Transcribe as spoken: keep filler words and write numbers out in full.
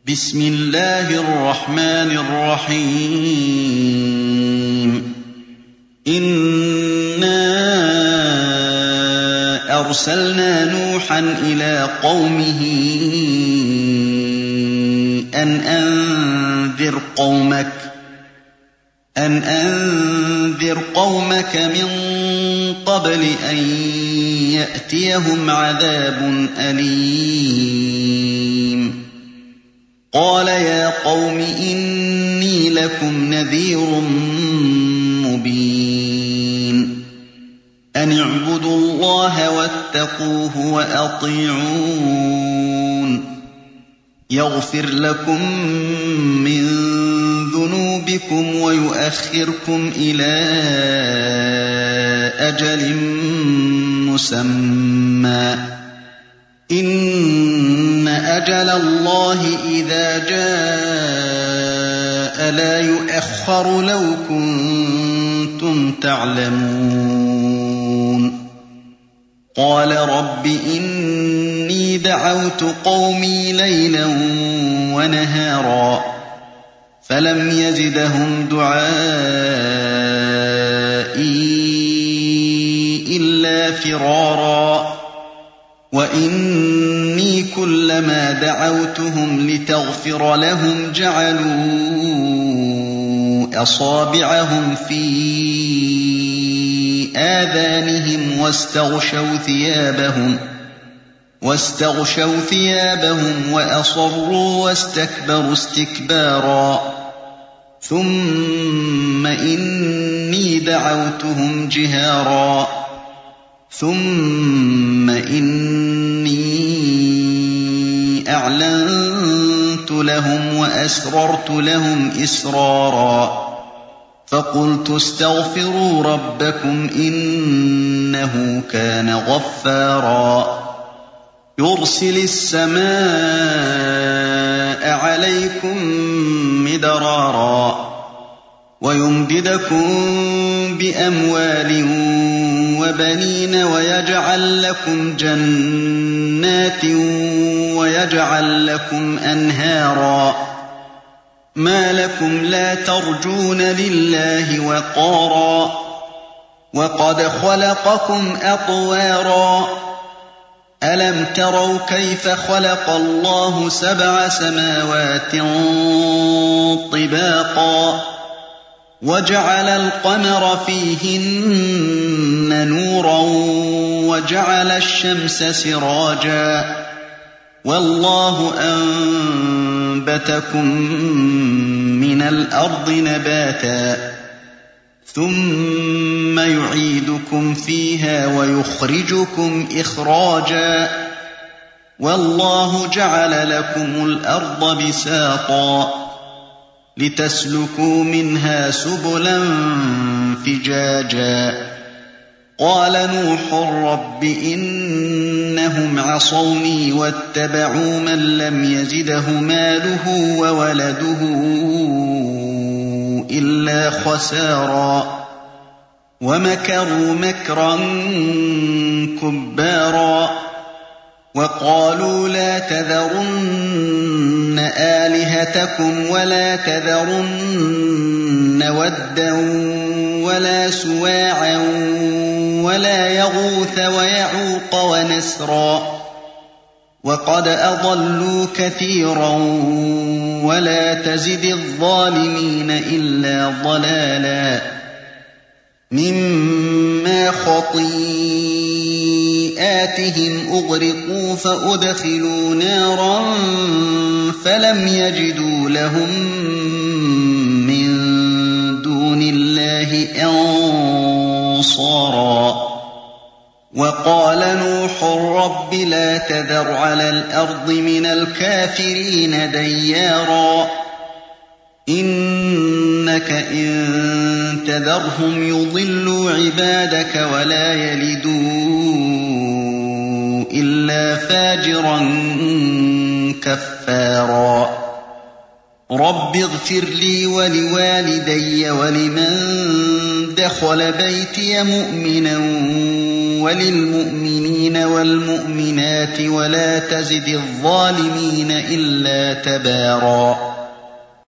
بسم الله الرحمن الرحيم إنا أرسلنا نوحا إلى قومه أن أنذر قومك أن أنذر قومك من قبل أن يأتيهم عذاب أليم قال يا قوم إني لكم نذير مبين أن اعبدوا الله واتقوه وأطيعون يغفر لكم من ذنوبكم ويؤخركم إلى أجل مسمى إن أجل الله إذا جاء لا يؤخر لو كنتم تعلمون قال رب إني دعوت قومي ليلا ونهارا فلم يزدهم دعائي إلا فرارا وإني كلما دعوتهم لتغفر لهم جعلوا أصابعهم في آذانهم واستغشوا ثيابهم واستغشوا ثيابهم وأصروا واستكبروا استكبارا ثم إني دعوتهم جهارا ثم إني أعلنت لهم وأسررت لهم إسرارا فقلت استغفروا ربكم إنه كان غفارا يرسل السماء عليكم مدرارا ويمددكم بأموال وبنين ويجعل لكم جنات ويجعل لكم أنهارا ما لكم لا ترجون لله وقارا وقد خلقكم أطوارا ألم تروا كيف خلق الله سبع سماوات طباقا وجعل القمر فيهن نورا وجعل الشمس سراجا والله أنبتكم من الأرض نباتا ثم يعيدكم فيها ويخرجكم إخراجا والله جعل لكم الأرض بساطا لتسلكوا منها سبلا فجاجا قال نوح رب إنهم عصوني واتبعوا من لم يزده ماله وولده إلا خسارا ومكروا مكرا كبارا وقالوا لا تذرن آلهتكم ولا تذرن ودا ولا سواعا ولا يغوث ويعوق ونسرا وقد أضلوا كثيرا ولا تزد الظالمين إلا ضلالا مما خطيئاتهم أغرقوا فأدخلوا نارا فلم يجدوا لهم من دون الله أنصارا وقال نوح رب لا تذر على الأرض من الكافرين ديارا إنك إن تذرهم يضلوا عبادك ولا يلدوا إلا فاجرا كفارا رب اغفر لي ولوالدي ولمن دخل بيتي مؤمنا وَلِلْمُؤْمِنِينَ وَالْمُؤْمِنَاتِ وَلَا تَزِدِ الظَّالِمِينَ إِلَّا تَبَارًا